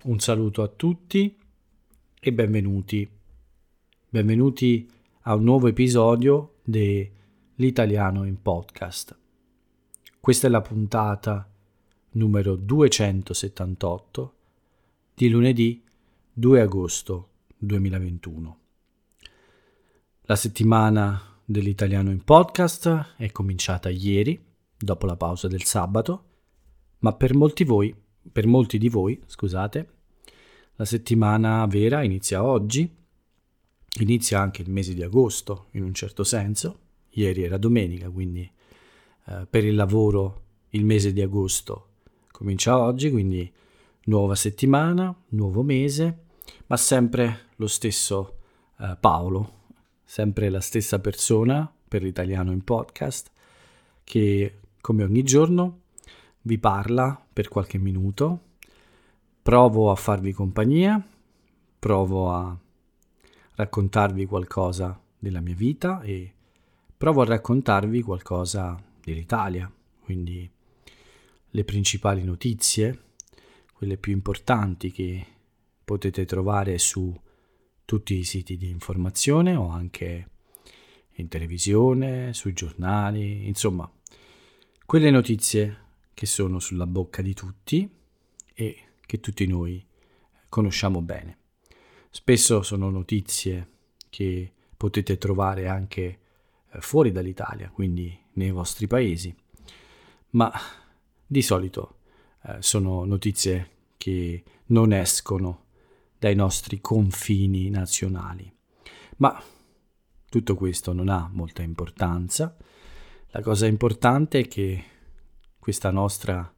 Un saluto a tutti e benvenuti. Benvenuti a un nuovo episodio dell'Italiano in Podcast. Questa è la puntata numero 278 di lunedì 2 agosto 2021. La settimana dell'Italiano in Podcast è cominciata ieri, dopo la pausa del sabato, ma per molti di voi, la settimana vera inizia oggi, inizia anche il mese di agosto in un certo senso. Ieri era domenica, quindi per il lavoro il mese di agosto comincia oggi, quindi nuova settimana, nuovo mese, ma sempre lo stesso Paolo, sempre la stessa persona per l'Italiano in Podcast, che come ogni giorno vi parla per qualche minuto. Provo a farvi compagnia, provo a raccontarvi qualcosa della mia vita e provo a raccontarvi qualcosa dell'Italia, quindi le principali notizie, quelle più importanti che potete trovare su tutti i siti di informazione o anche in televisione, sui giornali, insomma, quelle notizie che sono sulla bocca di tutti e che tutti noi conosciamo bene. Spesso sono notizie che potete trovare anche fuori dall'Italia, quindi nei vostri paesi, ma di solito sono notizie che non escono dai nostri confini nazionali. Ma tutto questo non ha molta importanza. La cosa importante è che questo nostro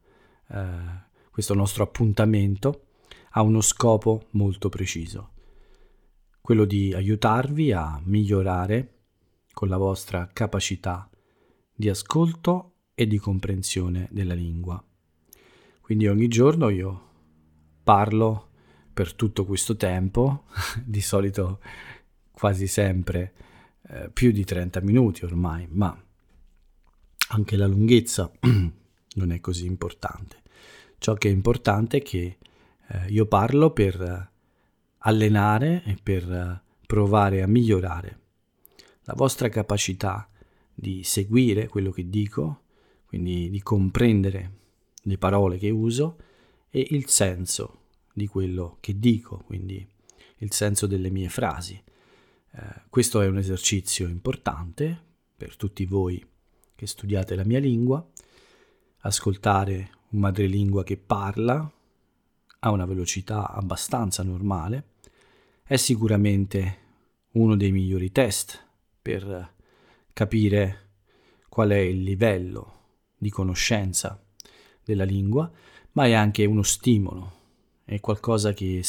appuntamento ha uno scopo molto preciso, quello di aiutarvi a migliorare con la vostra capacità di ascolto e di comprensione della lingua. Quindi ogni giorno io parlo per tutto questo tempo, di solito quasi sempre più di 30 minuti ormai, ma anche la lunghezza non è così importante. Ciò che è importante è che io parlo per allenare e per provare a migliorare la vostra capacità di seguire quello che dico, quindi di comprendere le parole che uso e il senso di quello che dico, quindi il senso delle mie frasi. Questo è un esercizio importante per tutti voi che studiate la mia lingua. Ascoltare un madrelingua che parla a una velocità abbastanza normale è sicuramente uno dei migliori test per capire qual è il livello di conoscenza della lingua, ma è anche uno stimolo, è qualcosa che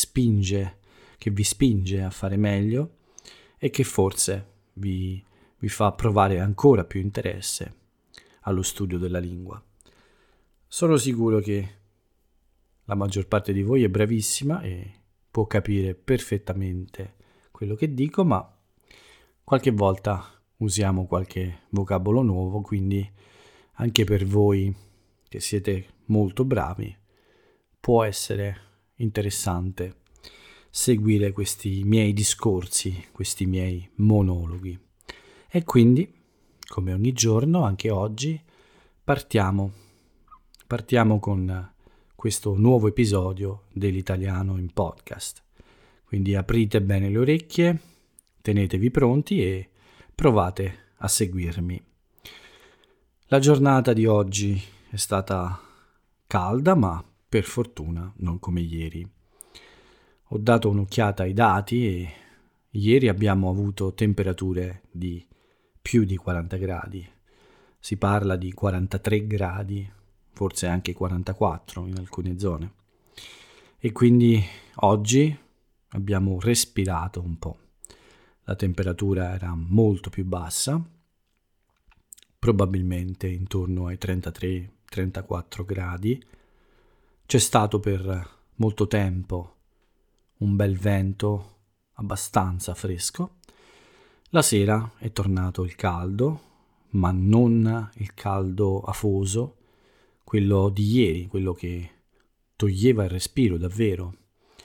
vi spinge a fare meglio e che forse vi fa provare ancora più interesse allo studio della lingua. Sono sicuro che la maggior parte di voi è bravissima e può capire perfettamente quello che dico, ma qualche volta usiamo qualche vocabolo nuovo, quindi anche per voi che siete molto bravi può essere interessante seguire questi miei discorsi, questi miei monologhi. E quindi, come ogni giorno, anche oggi, partiamo con questo nuovo episodio dell'Italiano in Podcast. Quindi aprite bene le orecchie, tenetevi pronti e provate a seguirmi. La giornata di oggi è stata calda, ma per fortuna non come ieri. Ho dato un'occhiata ai dati e ieri abbiamo avuto temperature di più di 40 gradi. Si parla di 43 gradi, forse anche 44 in alcune zone. E quindi oggi abbiamo respirato un po'. La temperatura era molto più bassa, probabilmente intorno ai 33-34 gradi. C'è stato per molto tempo un bel vento abbastanza fresco. La sera è tornato il caldo, ma non il caldo afoso, quello di ieri, quello che toglieva il respiro davvero.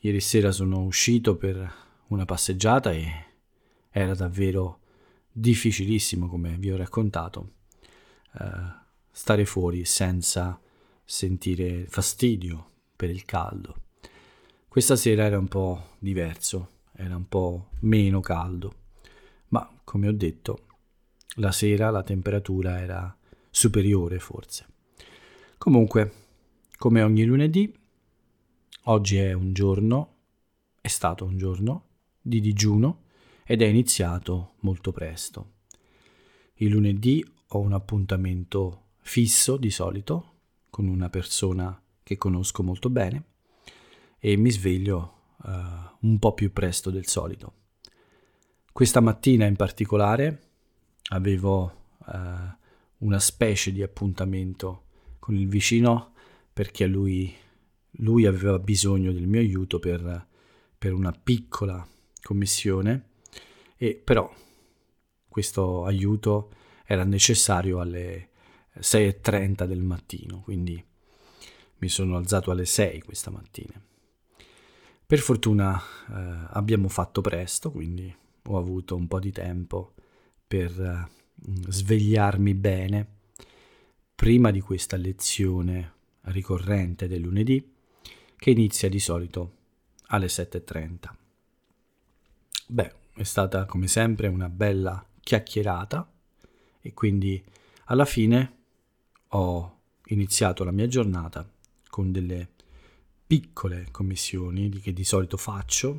Ieri sera sono uscito per una passeggiata e era davvero difficilissimo, come vi ho raccontato, stare fuori senza sentire fastidio per il caldo. Questa sera era un po' diverso, era un po' meno caldo, ma come ho detto, la sera la temperatura era superiore forse. Comunque, come ogni lunedì, oggi è stato un giorno di digiuno ed è iniziato molto presto. Il lunedì ho un appuntamento fisso di solito con una persona che conosco molto bene e mi sveglio un po' più presto del solito. Questa mattina in particolare avevo una specie di appuntamento con il vicino perché lui aveva bisogno del mio aiuto per una piccola commissione, e però questo aiuto era necessario alle 6:30 del mattino, quindi mi sono alzato alle 6 questa mattina. Per fortuna abbiamo fatto presto, quindi ho avuto un po' di tempo per svegliarmi bene prima di questa lezione ricorrente del lunedì, che inizia di solito alle 7:30. Beh, è stata come sempre una bella chiacchierata e quindi alla fine ho iniziato la mia giornata con delle piccole commissioni che di solito faccio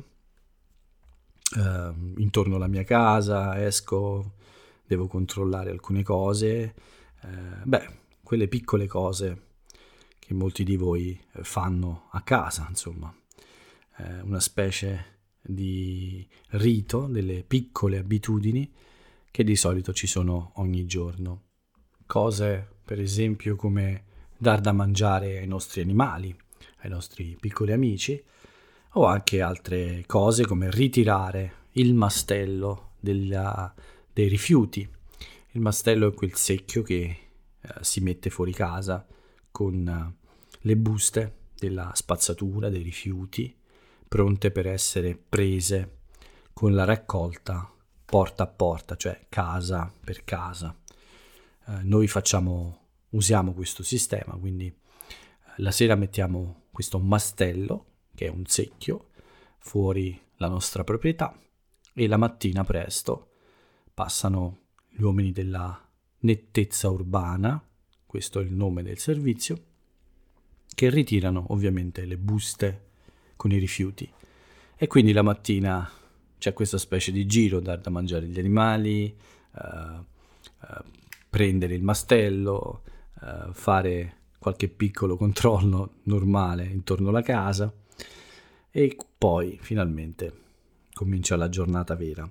intorno alla mia casa. Esco, devo controllare alcune cose, quelle piccole cose che molti di voi fanno a casa, insomma, una specie di rito, delle piccole abitudini che di solito ci sono ogni giorno. Cose, per esempio, come dar da mangiare ai nostri animali, ai nostri piccoli amici, o anche altre cose come ritirare il mastello dei rifiuti. Il mastello è quel secchio che si mette fuori casa con le buste della spazzatura, dei rifiuti, pronte per essere prese con la raccolta porta a porta, cioè casa per casa. Noi usiamo questo sistema, quindi la sera mettiamo questo mastello, che è un secchio, fuori la nostra proprietà, e la mattina presto passano gli uomini della nettezza urbana, questo è il nome del servizio, che ritirano ovviamente le buste con i rifiuti, e quindi la mattina c'è questa specie di giro, dar da mangiare agli animali, prendere il mastello, fare qualche piccolo controllo normale intorno alla casa e poi finalmente comincia la giornata vera.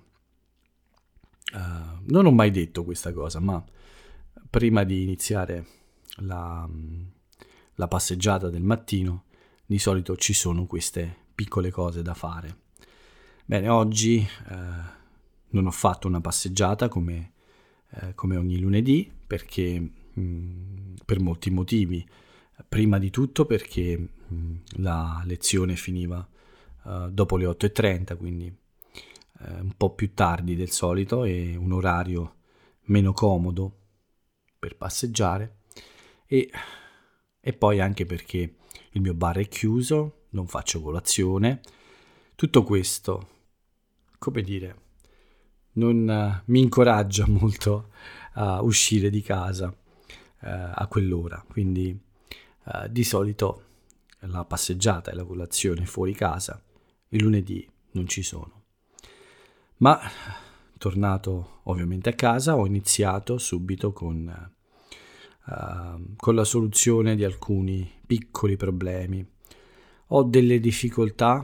Non ho mai detto questa cosa, ma prima di iniziare la passeggiata del mattino di solito ci sono queste piccole cose da fare. Bene, oggi non ho fatto una passeggiata come ogni lunedì perché per molti motivi. Prima di tutto perché la lezione finiva dopo le 8:30, quindi un po' più tardi del solito e un orario meno comodo per passeggiare, e poi anche perché il mio bar è chiuso, non faccio colazione. Tutto questo, come dire, non mi incoraggia molto a uscire di casa a quell'ora, quindi di solito la passeggiata e la colazione fuori casa il lunedì non ci sono. Ma tornato ovviamente a casa ho iniziato subito con la soluzione di alcuni piccoli problemi. Ho delle difficoltà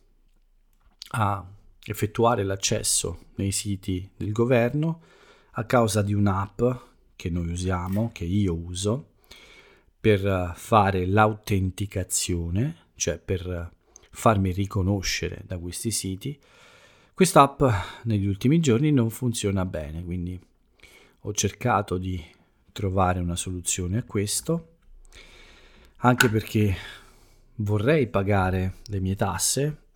a effettuare l'accesso nei siti del governo a causa di un'app che noi usiamo, che io uso, per fare l'autenticazione, cioè per farmi riconoscere da questi siti. Quest'app negli ultimi giorni non funziona bene, quindi ho cercato di trovare una soluzione a questo, anche perché vorrei pagare le mie tasse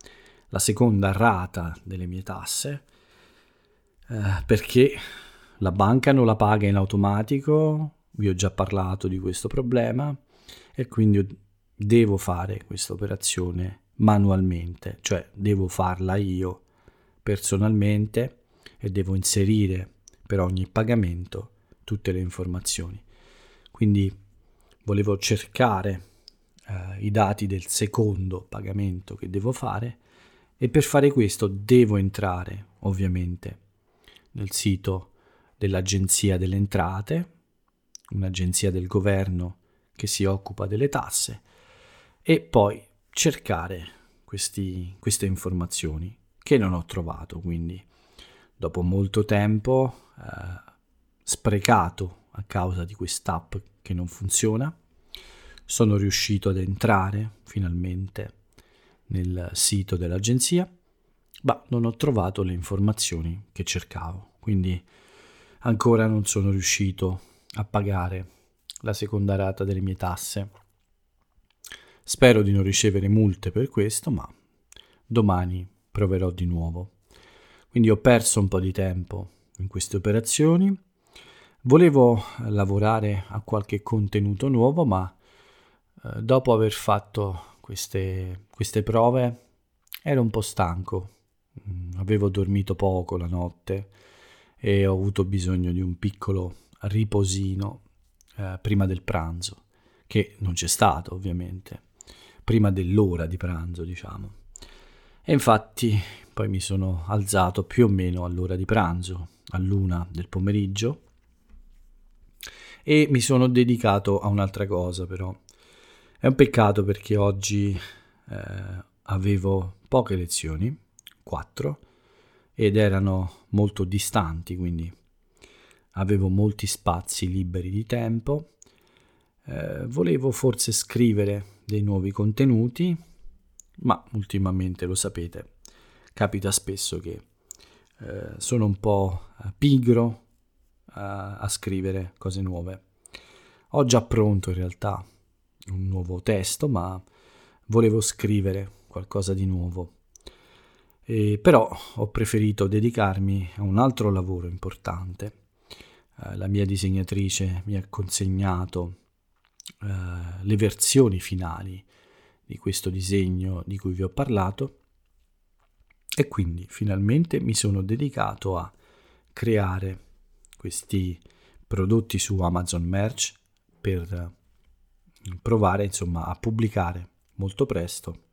la seconda rata delle mie tasse, perché la banca non la paga in automatico. Vi ho già parlato di questo problema e quindi devo fare questa operazione manualmente, cioè devo farla io personalmente e devo inserire per ogni pagamento tutte le informazioni. Quindi volevo cercare i dati del secondo pagamento che devo fare, e per fare questo devo entrare ovviamente nel sito dell'Agenzia delle Entrate, un'agenzia del governo che si occupa delle tasse, e poi cercare queste informazioni che non ho trovato. Quindi dopo molto tempo sprecato a causa di quest'app che non funziona, sono riuscito ad entrare finalmente nel sito dell'agenzia, ma non ho trovato le informazioni che cercavo, quindi ancora non sono riuscito a pagare la seconda rata delle mie tasse. Spero di non ricevere multe per questo, ma domani proverò di nuovo. Quindi ho perso un po' di tempo in queste operazioni. Volevo lavorare a qualche contenuto nuovo, ma dopo aver fatto queste prove ero un po' stanco. Avevo dormito poco la notte e ho avuto bisogno di un piccolo riposino prima del pranzo, che non c'è stato ovviamente, prima dell'ora di pranzo, diciamo. E infatti poi mi sono alzato più o meno all'ora di pranzo, all'1 del pomeriggio, e mi sono dedicato a un'altra cosa. Però è un peccato perché oggi avevo poche lezioni, 4, ed erano molto distanti, quindi avevo molti spazi liberi di tempo. Volevo forse scrivere dei nuovi contenuti, ma ultimamente, lo sapete, capita spesso che sono un po' pigro a scrivere cose nuove. Ho già pronto in realtà un nuovo testo, ma volevo scrivere qualcosa di nuovo. Però ho preferito dedicarmi a un altro lavoro importante. La mia disegnatrice mi ha consegnato le versioni finali di questo disegno di cui vi ho parlato, e quindi finalmente mi sono dedicato a creare questi prodotti su Amazon Merch per provare insomma a pubblicare molto presto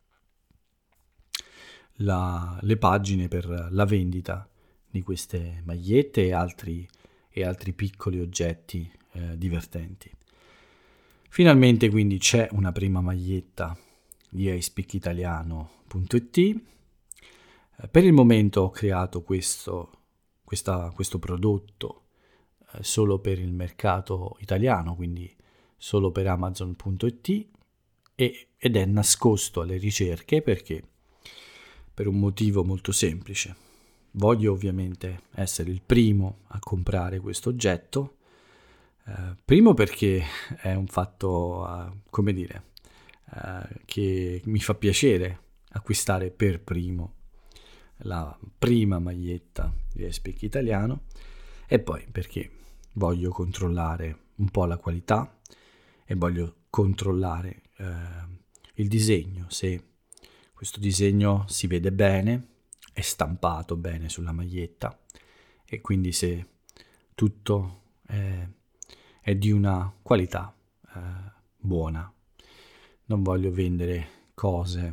le pagine per la vendita di queste magliette e altri piccoli oggetti divertenti. Finalmente quindi c'è una prima maglietta di ispeakitaliano.it. Per il momento ho creato questo prodotto solo per il mercato italiano, quindi solo per Amazon.it, ed è nascosto alle ricerche perché per un motivo molto semplice. Voglio ovviamente essere il primo a comprare questo oggetto, primo perché è un fatto, che mi fa piacere acquistare per primo la prima maglietta di Speak Italiano, e poi perché voglio controllare un po' la qualità e voglio controllare il disegno, se questo disegno si vede bene, è stampato bene sulla maglietta, e quindi se tutto è di una qualità buona. Non voglio vendere cose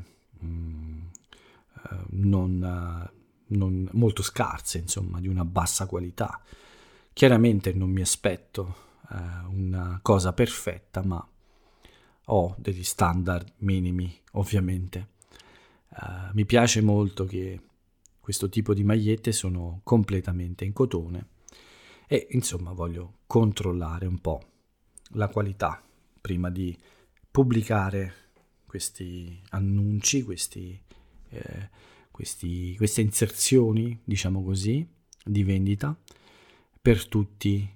non molto scarse, insomma, di una bassa qualità. Chiaramente non mi aspetto una cosa perfetta, ma ho degli standard minimi, ovviamente. Mi piace molto che questo tipo di magliette sono completamente in cotone, e insomma voglio controllare un po' la qualità prima di pubblicare questi annunci, queste inserzioni, diciamo così, di vendita per tutti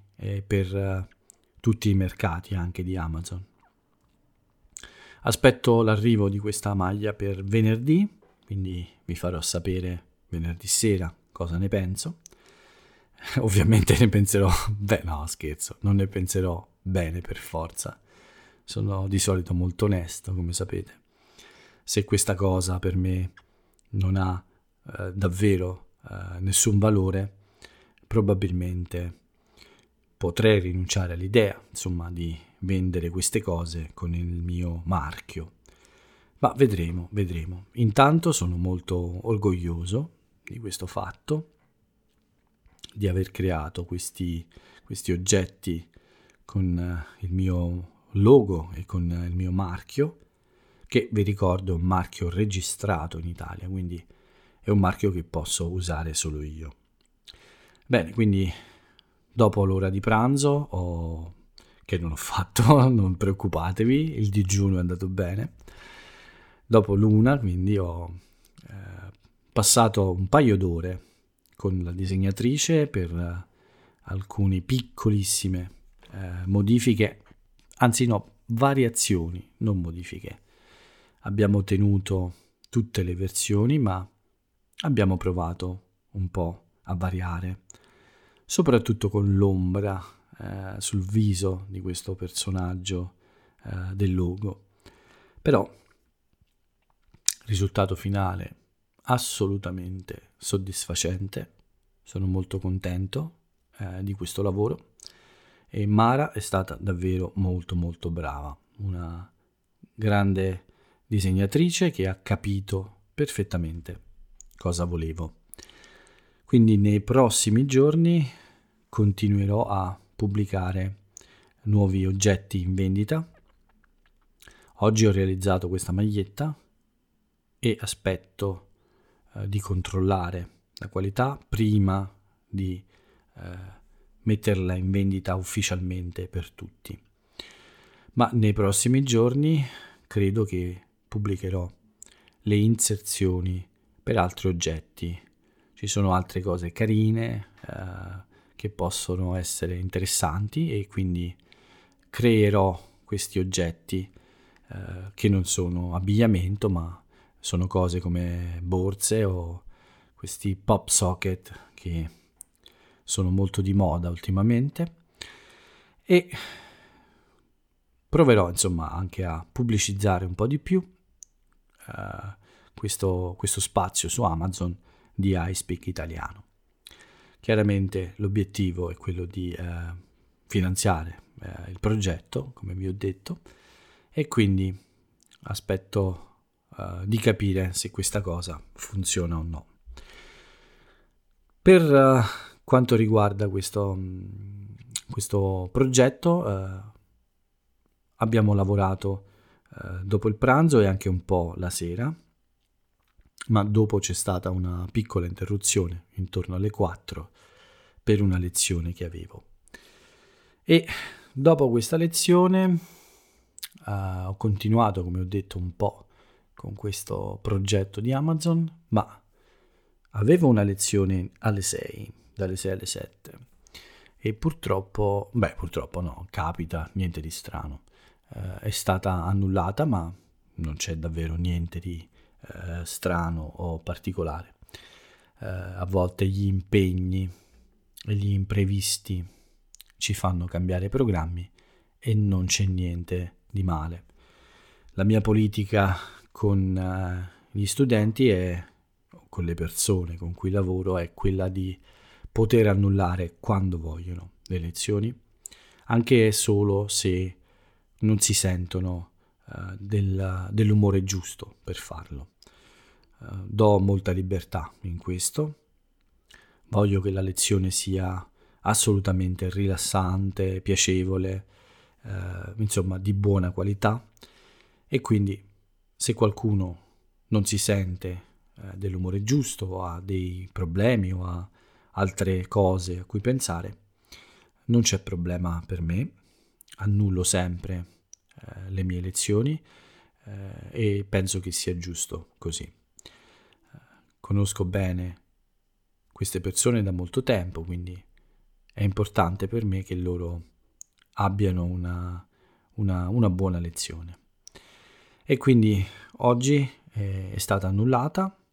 i mercati anche di Amazon. Aspetto l'arrivo di questa maglia per venerdì, quindi vi farò sapere venerdì sera cosa ne penso. Ovviamente ne penserò, no scherzo, non ne penserò bene per forza. Sono di solito molto onesto, come sapete. Se questa cosa per me non ha davvero nessun valore, probabilmente potrei rinunciare all'idea, insomma, di vendere queste cose con il mio marchio. Ma vedremo. Intanto sono molto orgoglioso di questo fatto, di aver creato questi oggetti con il mio logo e con il mio marchio, che vi ricordo è un marchio registrato in Italia, quindi è un marchio che posso usare solo io. Bene, quindi dopo l'ora di pranzo, che non ho fatto, non preoccupatevi, il digiuno è andato bene. Dopo l'una, quindi ho passato un paio d'ore con la disegnatrice per alcune piccolissime modifiche, anzi no, variazioni, non modifiche. Abbiamo tenuto tutte le versioni, ma abbiamo provato un po' a variare, soprattutto con l'ombra sul viso di questo personaggio del logo. Però risultato finale assolutamente soddisfacente, sono molto contento di questo lavoro e Mara è stata davvero molto molto brava, una grande disegnatrice che ha capito perfettamente cosa volevo. Quindi nei prossimi giorni continuerò a pubblicare nuovi oggetti in vendita. Oggi ho realizzato questa maglietta e aspetto di controllare la qualità prima di metterla in vendita ufficialmente per tutti. Ma nei prossimi giorni credo che pubblicherò le inserzioni per altri oggetti. Ci sono altre cose carine che possono essere interessanti e quindi creerò questi oggetti che non sono abbigliamento, ma sono cose come borse o questi pop socket che sono molto di moda ultimamente, e proverò insomma anche a pubblicizzare un po' di più questo spazio su Amazon di iSpeak Italiano. Chiaramente l'obiettivo è quello di finanziare il progetto, come vi ho detto, e quindi aspetto di capire se questa cosa funziona o no. Per quanto riguarda questo progetto, abbiamo lavorato dopo il pranzo e anche un po' la sera, ma dopo c'è stata una piccola interruzione intorno alle 4 per una lezione che avevo. E dopo questa lezione ho continuato, come ho detto, un po' con questo progetto di Amazon, ma avevo una lezione alle 6, dalle 6 alle 7, e purtroppo no, capita, niente di strano, è stata annullata, ma non c'è davvero niente di strano o particolare. A volte gli impegni e gli imprevisti ci fanno cambiare programmi e non c'è niente di male. La mia politica con gli studenti e con le persone con cui lavoro è quella di poter annullare quando vogliono le lezioni, anche solo se non si sentono dell'umore giusto per farlo. Do molta libertà in questo, voglio che la lezione sia assolutamente rilassante, piacevole, insomma di buona qualità, e quindi se qualcuno non si sente dell'umore giusto o ha dei problemi o ha altre cose a cui pensare, non c'è problema per me, annullo sempre le mie lezioni e penso che sia giusto così. Conosco bene queste persone da molto tempo, quindi è importante per me che loro abbiano una buona lezione. E quindi oggi è stata annullata,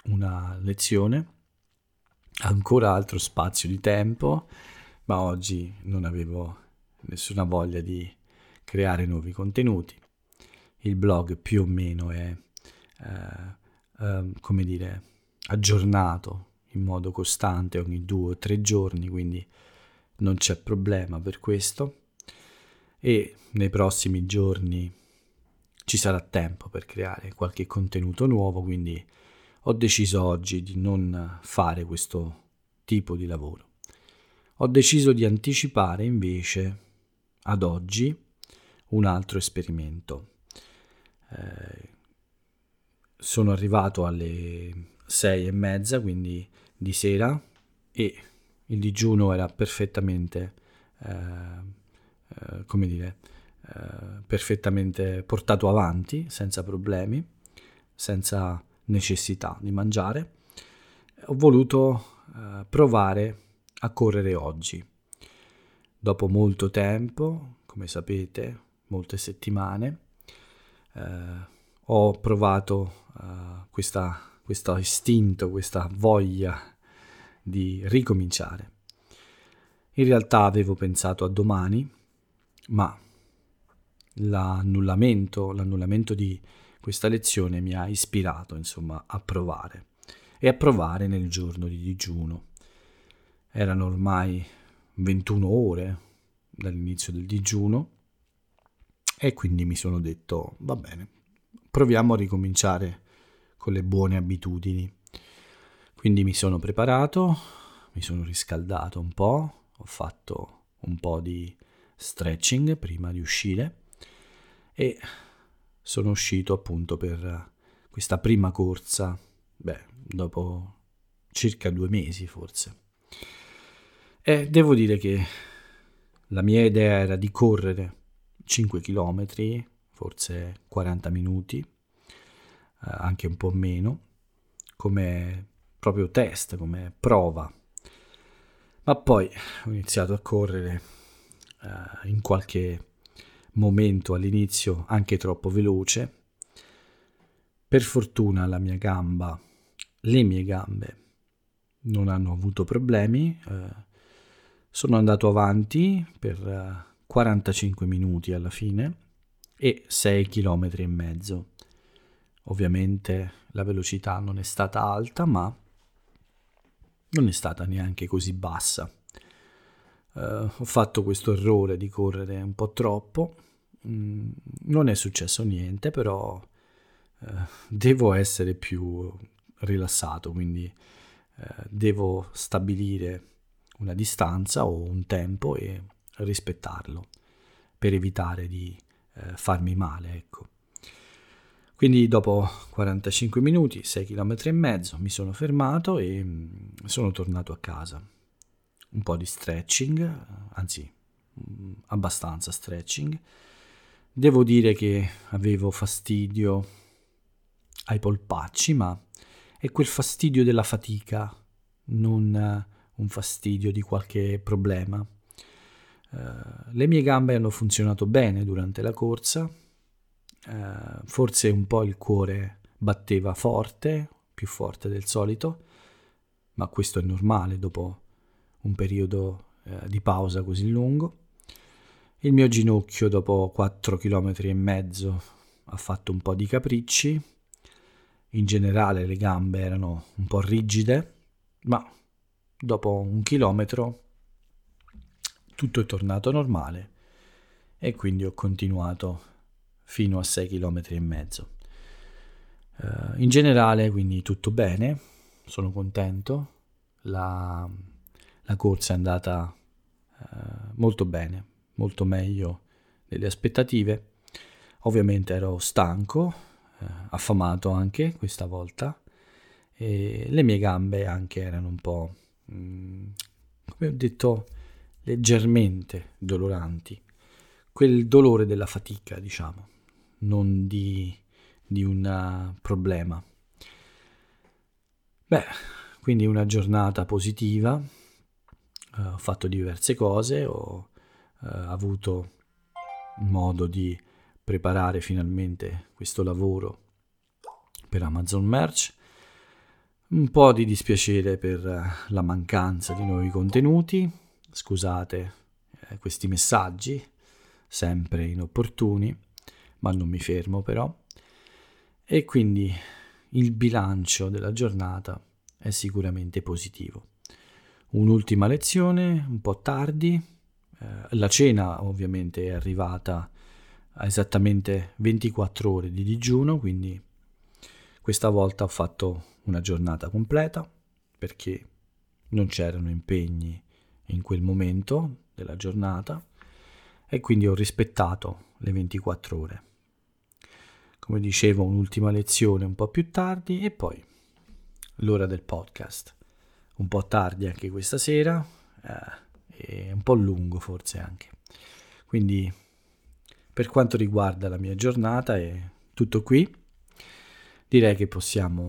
una lezione, ancora altro spazio di tempo, ma oggi non avevo nessuna voglia di creare nuovi contenuti. Il blog più o meno è, come dire, aggiornato in modo costante ogni 2 o 3 giorni, quindi non c'è problema per questo. E nei prossimi giorni ci sarà tempo per creare qualche contenuto nuovo, quindi ho deciso oggi di non fare questo tipo di lavoro. Ho deciso di anticipare invece ad oggi un altro esperimento. Sono arrivato alle 6:30, quindi di sera, e il digiuno era perfettamente, perfettamente portato avanti, senza problemi, senza necessità di mangiare. Ho voluto provare a correre oggi. Dopo molto tempo, come sapete, molte settimane, ho provato questo istinto, questa voglia di ricominciare. In realtà avevo pensato a domani, ma l'annullamento di questa lezione mi ha ispirato, insomma, a provare nel giorno di digiuno. Erano ormai 21 ore dall'inizio del digiuno e quindi mi sono detto, va bene, proviamo a ricominciare con le buone abitudini. Quindi mi sono preparato, mi sono riscaldato un po', ho fatto un po' di stretching prima di uscire e sono uscito appunto per questa prima corsa, dopo circa 2 mesi forse. E devo dire che la mia idea era di correre 5 km, forse 40 minuti, anche un po' meno, come proprio test, come prova. Ma poi ho iniziato a correre in qualche momento all'inizio anche troppo veloce. Per fortuna le mie gambe non hanno avuto problemi. Sono andato avanti per 45 minuti alla fine e 6 km e mezzo. Ovviamente la velocità non è stata alta, ma non è stata neanche così bassa. Ho fatto questo errore di correre un po' troppo. Non è successo niente, però devo essere più rilassato, quindi devo stabilire una distanza o un tempo e rispettarlo per evitare di farmi male, ecco. Quindi dopo 45 minuti, 6 km e mezzo, mi sono fermato e sono tornato a casa. Un po' di stretching, anzi abbastanza stretching. Devo dire che avevo fastidio ai polpacci, ma è quel fastidio della fatica, non un fastidio di qualche problema. Le mie gambe hanno funzionato bene durante la corsa. Forse un po' il cuore batteva forte, più forte del solito, ma questo è normale dopo un periodo di pausa così lungo. Il mio ginocchio dopo 4 km e mezzo ha fatto un po' di capricci. In generale le gambe erano un po' rigide, ma dopo 1 chilometro tutto è tornato normale e quindi ho continuato fino a 6 km e mezzo. In generale quindi tutto bene, sono contento, la corsa è andata molto bene, molto meglio delle aspettative. Ovviamente ero stanco, affamato anche questa volta, e le mie gambe anche erano un po', come ho detto, leggermente doloranti. Quel dolore della fatica, diciamo, non di un problema. Quindi una giornata positiva, ho fatto diverse cose, ho avuto modo di preparare finalmente questo lavoro per Amazon Merch. Un po' di dispiacere per la mancanza di nuovi contenuti, scusate questi messaggi, sempre inopportuni, ma non mi fermo però. E quindi il bilancio della giornata è sicuramente positivo. Un'ultima lezione, un po' tardi, la cena ovviamente è arrivata a esattamente 24 ore di digiuno, quindi questa volta ho fatto una giornata completa perché non c'erano impegni in quel momento della giornata e quindi ho rispettato le 24 ore. Come dicevo, un'ultima lezione un po' più tardi e poi l'ora del podcast. Un po' tardi anche questa sera e un po' lungo forse anche. Quindi per quanto riguarda la mia giornata è tutto qui. Direi che possiamo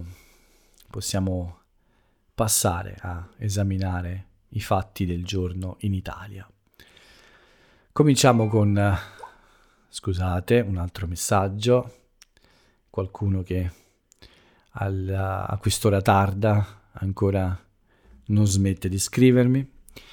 passare a esaminare i fatti del giorno in Italia. Cominciamo con, scusate, un altro messaggio, qualcuno che a quest'ora tarda ancora non smette di scrivermi.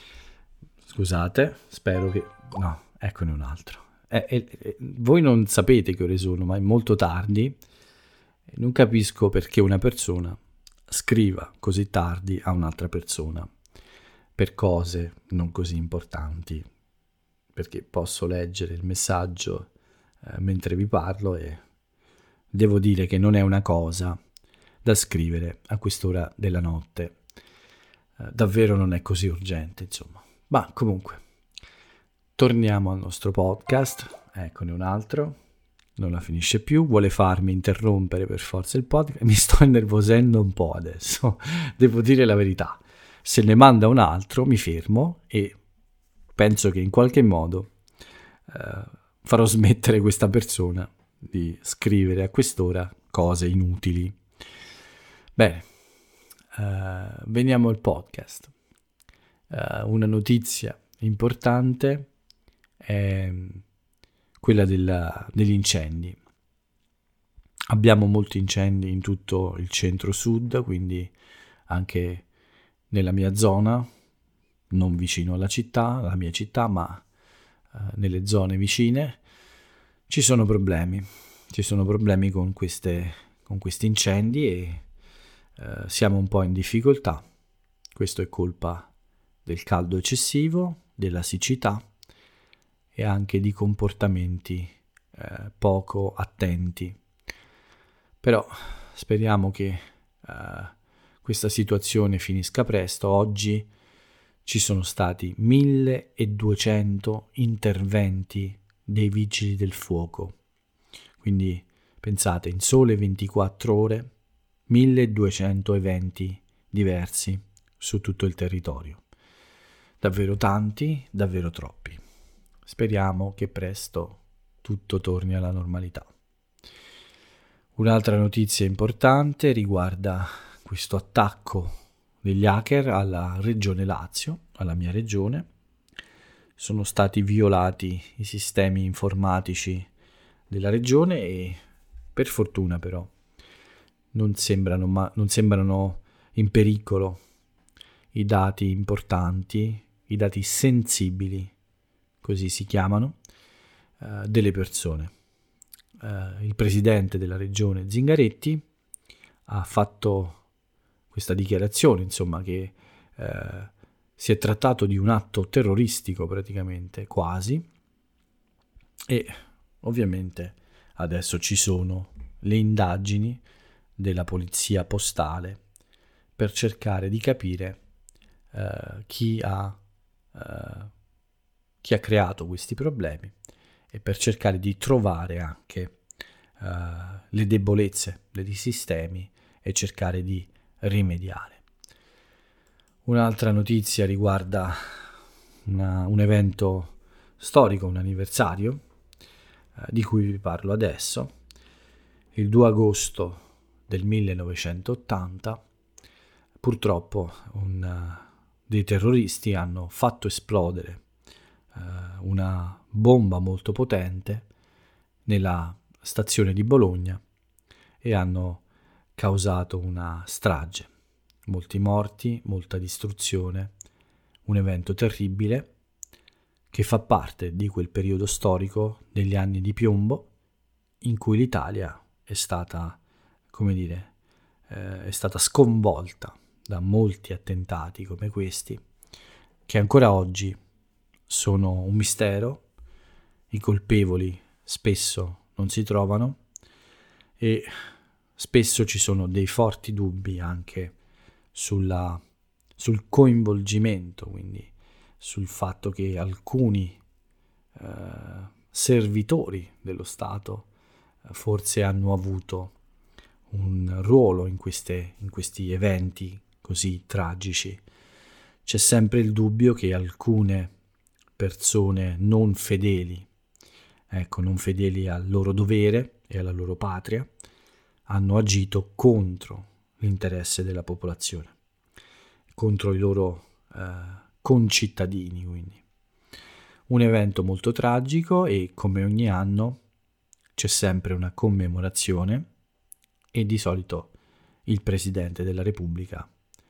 Scusate, spero che... no, eccone un altro. Voi non sapete che ore sono, ma è molto tardi. Non capisco perché una persona scriva così tardi a un'altra persona per cose non così importanti, perché posso leggere il messaggio mentre vi parlo e devo dire che non è una cosa da scrivere a quest'ora della notte. Davvero non è così urgente, insomma. Ma comunque, torniamo al nostro podcast. Eccone un altro. Non la finisce più, vuole farmi interrompere per forza il podcast. Mi sto innervosendo un po' adesso, devo dire la verità. Se ne manda un altro mi fermo e penso che in qualche modo farò smettere questa persona di scrivere a quest'ora cose inutili. Bene, veniamo al podcast. Una notizia importante è quella degli incendi. Abbiamo molti incendi in tutto il centro-sud, quindi anche nella mia zona, non vicino alla città, la mia città, ma nelle zone vicine, ci sono problemi. Ci sono problemi con questi incendi e siamo un po' in difficoltà. Questo è colpa del caldo eccessivo, della siccità e anche di comportamenti poco attenti. Però speriamo che questa situazione finisca presto. Oggi ci sono stati 1200 interventi dei vigili del fuoco. Quindi pensate, in sole 24 ore, 1200 eventi diversi su tutto il territorio. Davvero tanti, davvero troppi. Speriamo che presto tutto torni alla normalità. Un'altra notizia importante riguarda questo attacco degli hacker alla regione Lazio, alla mia regione. Sono stati violati i sistemi informatici della regione e per fortuna però non sembrano in pericolo i dati importanti, i dati sensibili, così si chiamano, delle persone. Il presidente della regione Zingaretti ha fatto questa dichiarazione, insomma, che si è trattato di un atto terroristico praticamente, quasi, e ovviamente adesso ci sono le indagini della polizia postale per cercare di capire chi ha creato questi problemi e per cercare di trovare anche le debolezze dei sistemi e cercare di rimediare. Un'altra notizia riguarda un evento storico, un anniversario di cui vi parlo adesso. Il 2 agosto del 1980 purtroppo dei terroristi hanno fatto esplodere una bomba molto potente nella stazione di Bologna e hanno causato una strage. molti morti, molta distruzione, un evento terribile che fa parte di quel periodo storico degli anni di piombo in cui l'Italia è stata, è stata sconvolta da molti attentati come questi, che ancora oggi sono un mistero, i colpevoli spesso non si trovano e spesso ci sono dei forti dubbi anche sul coinvolgimento, quindi sul fatto che alcuni servitori dello Stato forse hanno avuto un ruolo in questi eventi così tragici. C'è sempre il dubbio che alcune persone non fedeli al loro dovere e alla loro patria, hanno agito contro l'interesse della popolazione, contro i loro concittadini, quindi. Un evento molto tragico e come ogni anno c'è sempre una commemorazione e di solito il Presidente della Repubblica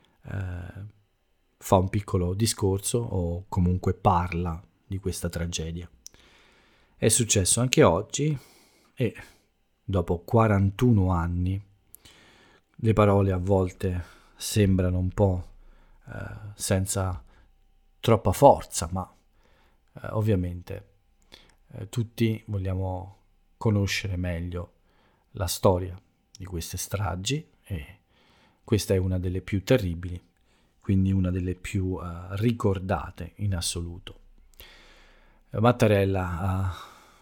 fa un piccolo discorso o comunque parla di questa tragedia. È successo anche oggi e dopo 41 anni le parole a volte sembrano un po' senza troppa forza, ma ovviamente tutti vogliamo conoscere meglio la storia di queste stragi e questa è una delle più terribili, quindi una delle più ricordate in assoluto. Mattarella ha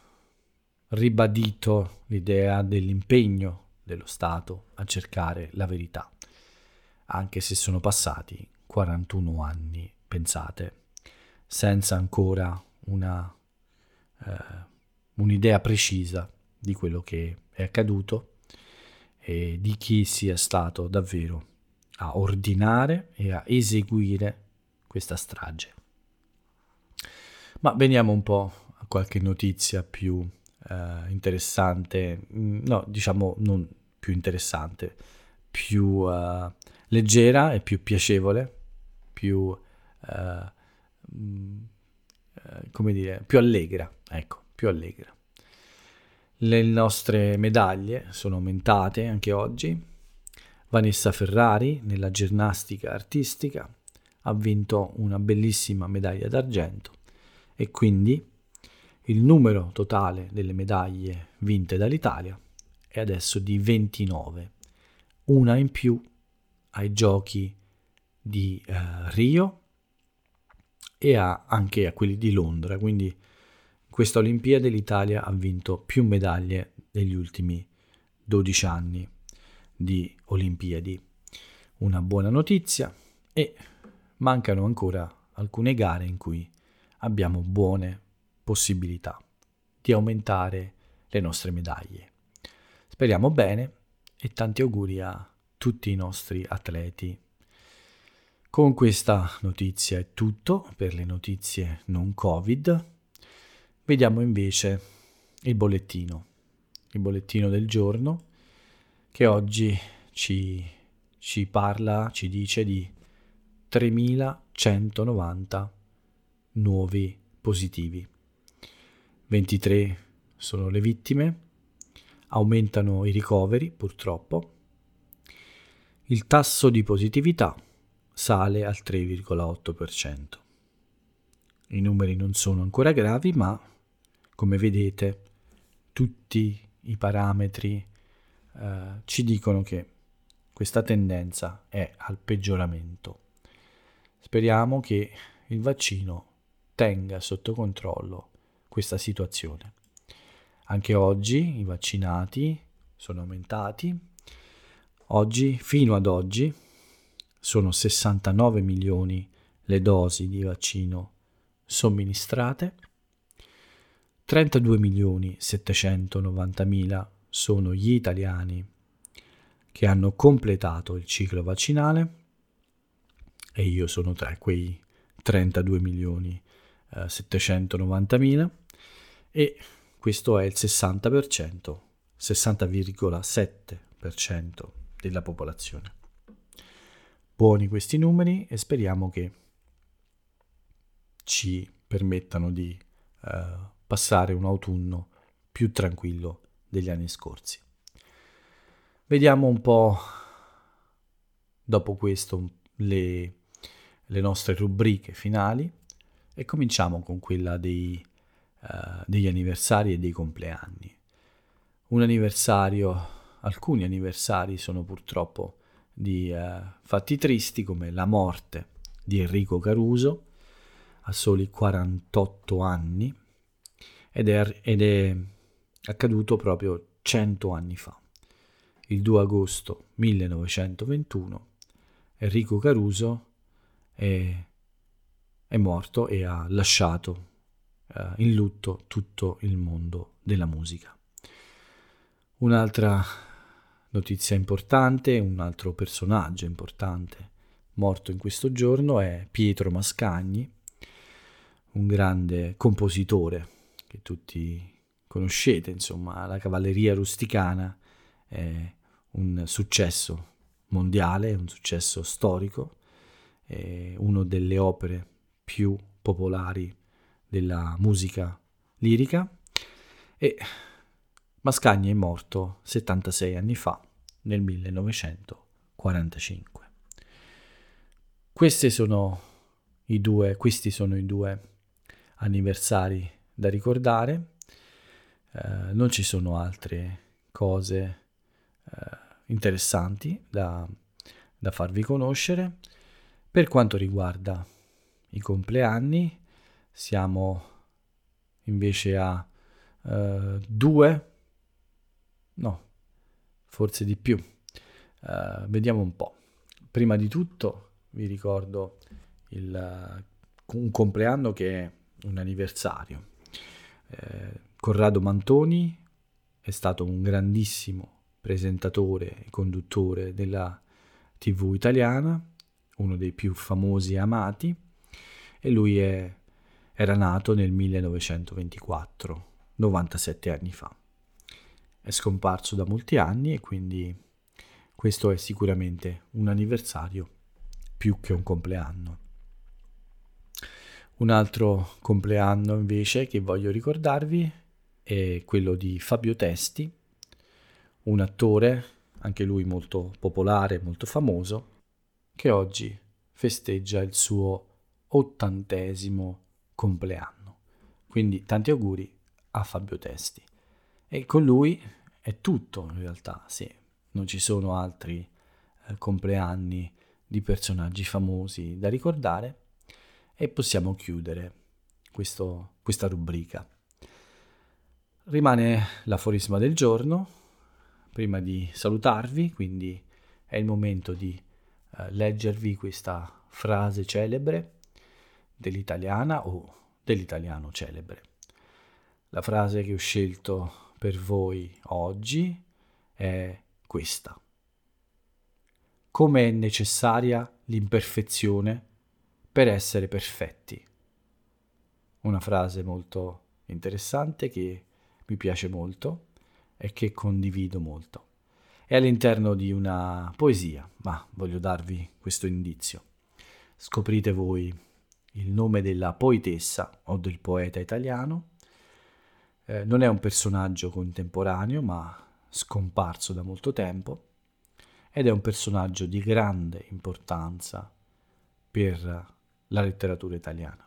ribadito l'idea dell'impegno dello Stato a cercare la verità, anche se sono passati 41 anni, pensate, senza ancora un'idea precisa di quello che è accaduto e di chi sia stato davvero a ordinare e a eseguire questa strage. Ma veniamo un po' a qualche notizia più interessante, no, diciamo non più interessante, più leggera e più piacevole, più più allegra, ecco, più allegra. Le nostre medaglie sono aumentate anche oggi. Vanessa Ferrari nella ginnastica artistica ha vinto una bellissima medaglia d'argento e quindi il numero totale delle medaglie vinte dall'Italia è adesso di 29, una in più ai giochi di Rio e anche a quelli di Londra, quindi in questa Olimpiade l'Italia ha vinto più medaglie negli ultimi 12 anni di Olimpiadi. Una buona notizia e mancano ancora alcune gare in cui abbiamo buone possibilità di aumentare le nostre medaglie. Speriamo bene e tanti auguri a tutti i nostri atleti. Con questa notizia è tutto per le notizie non Covid. Vediamo invece il bollettino del giorno che oggi ci dice di 3.190 nuovi positivi. 23 sono le vittime, aumentano i ricoveri purtroppo. Il tasso di positività sale al 3,8%. I numeri non sono ancora gravi, ma come vedete tutti i parametri ci dicono che questa tendenza è al peggioramento. Speriamo che il vaccino tenga sotto controllo questa situazione. Anche oggi i vaccinati sono aumentati. Fino ad oggi, sono 69 milioni le dosi di vaccino somministrate, 32.790.000 sono gli italiani che hanno completato il ciclo vaccinale e io sono tra quei 32.790.000 e questo è il 60%, 60,7% della popolazione. buoni questi numeri e speriamo che ci permettano di passare un autunno più tranquillo degli anni scorsi. Vediamo un po' dopo questo le nostre rubriche finali e cominciamo con quella degli anniversari e dei compleanni. Alcuni anniversari sono purtroppo di fatti tristi, come la morte di Enrico Caruso a soli 48 anni ed è accaduto proprio 100 anni fa. Il 2 agosto 1921 Enrico Caruso è morto e ha lasciato in lutto tutto il mondo della musica. Un'altra notizia importante, un altro personaggio importante morto in questo giorno è Pietro Mascagni, un grande compositore che tutti conoscete, insomma, la cavalleria rusticana è un successo mondiale, un successo storico, è una delle opere più popolari della musica lirica e Mascagni è morto 76 anni fa, nel 1945. Questi sono i due anniversari da ricordare. Non ci sono altre cose interessanti da farvi conoscere. Per quanto riguarda i compleanni, siamo invece a forse di più. Vediamo un po'. Prima di tutto vi ricordo un compleanno che è un anniversario. Corrado Mantoni è stato un grandissimo presentatore e conduttore della TV italiana, uno dei più famosi e amati, e lui era nato nel 1924, 97 anni fa. È scomparso da molti anni e quindi questo è sicuramente un anniversario più che un compleanno. Un altro compleanno invece che voglio ricordarvi è quello di Fabio Testi, un attore, anche lui molto popolare, molto famoso, che oggi festeggia il suo 80° compleanno. Quindi tanti auguri a Fabio Testi. E con lui è tutto in realtà, sì, non ci sono altri compleanni di personaggi famosi da ricordare e possiamo chiudere questa rubrica. Rimane l'aforisma del giorno, prima di salutarvi, quindi è il momento di leggervi questa frase celebre dell'italiana o dell'italiano celebre. La frase che ho scelto per voi oggi è questa: come è necessaria l'imperfezione per essere perfetti. Una frase molto interessante che mi piace molto e che condivido molto. È all'interno di una poesia, ma voglio darvi questo indizio. Scoprite voi il nome della poetessa o del poeta italiano. Non è un personaggio contemporaneo, ma scomparso da molto tempo, ed è un personaggio di grande importanza per la letteratura italiana.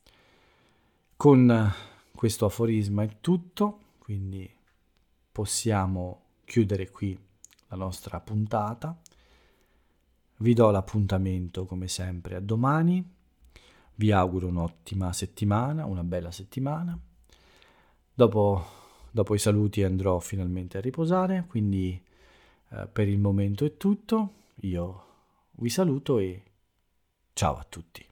Con questo aforisma è tutto, quindi possiamo chiudere qui la nostra puntata. Vi do l'appuntamento come sempre a domani. Vi auguro un'ottima settimana, una bella settimana. Dopo i saluti andrò finalmente a riposare, quindi per il momento è tutto. Io vi saluto e ciao a tutti.